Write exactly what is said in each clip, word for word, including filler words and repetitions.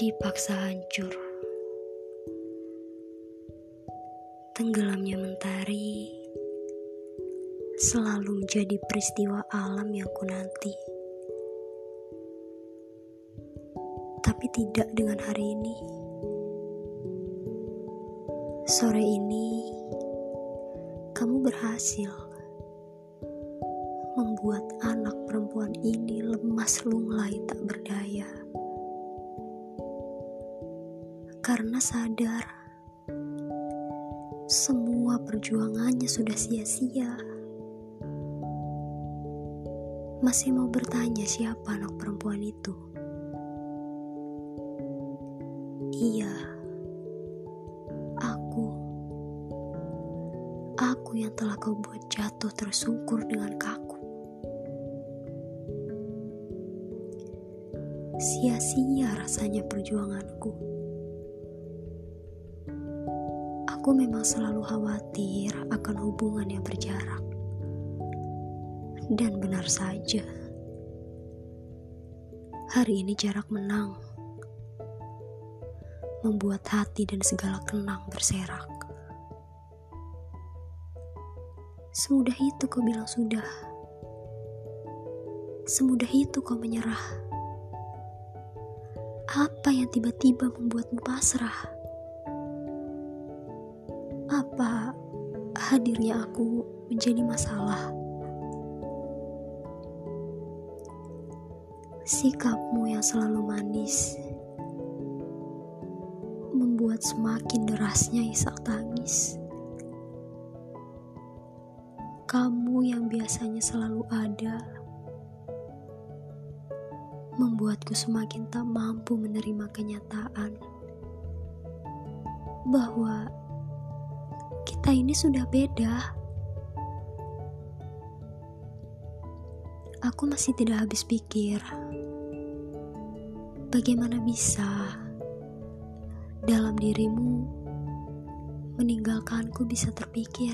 Dipaksa hancur. Tenggelamnya mentari selalu menjadi peristiwa alam yang kunanti. Tapi tidak dengan hari ini. Sore ini, kamu berhasil membuat anak perempuan ini lemas lunglai tak berdaya. Karena sadar semua perjuangannya sudah sia-sia. Masih mau bertanya siapa anak perempuan itu? Iya, aku. Aku yang telah kau buat jatuh tersungkur dengan kaku. Sia-sia rasanya perjuanganku. Aku memang selalu khawatir akan hubungan yang berjarak. Dan benar saja, hari ini jarak menang, membuat hati dan segala kenang berserak. Semudah itu kau bilang sudah. Semudah itu kau menyerah. Apa yang tiba-tiba membuatmu pasrah? Apa hadirnya aku menjadi masalah? Sikapmu yang selalu manis membuat semakin derasnya isak tangis. Kamu yang biasanya selalu ada membuatku semakin tak mampu menerima kenyataan bahwa kita ini sudah beda. Aku masih tidak habis pikir, bagaimana bisa dalam dirimu meninggalkanku bisa terpikir.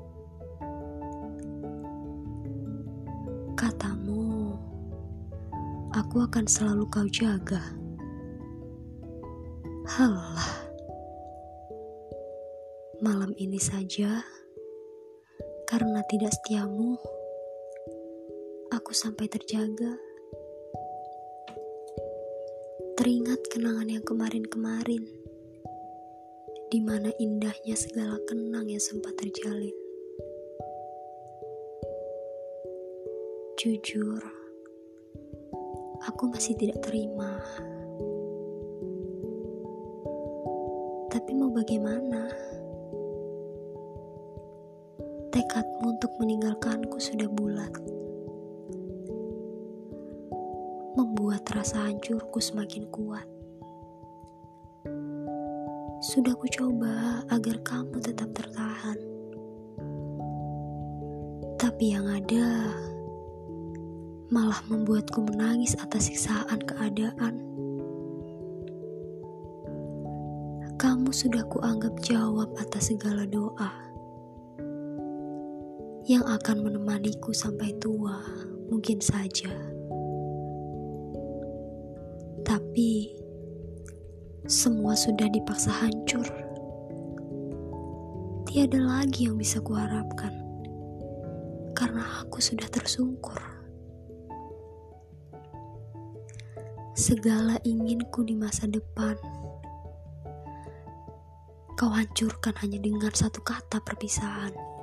Katamu, aku akan selalu kau jaga. Halah. Malam ini saja, karena tidak setiamu, aku sampai terjaga. Teringat kenangan yang kemarin-kemarin, di mana indahnya segala kenang yang sempat terjalin. Jujur, aku masih tidak terima. Tapi mau bagaimana? Tekadmu untuk meninggalkanku sudah bulat, membuat rasa hancurku semakin kuat. Sudah ku coba agar kamu tetap tertahan, tapi yang ada malah membuatku menangis atas siksaan keadaan. Kamu sudah kuanggap jawab atas segala doa yang akan menemaniku sampai tua, mungkin saja. Tapi semua sudah dipaksa hancur. Tiada lagi yang bisa kuharapkan, karena aku sudah tersungkur. Segala inginku di masa depan kau hancurkan hanya dengan satu kata perpisahan.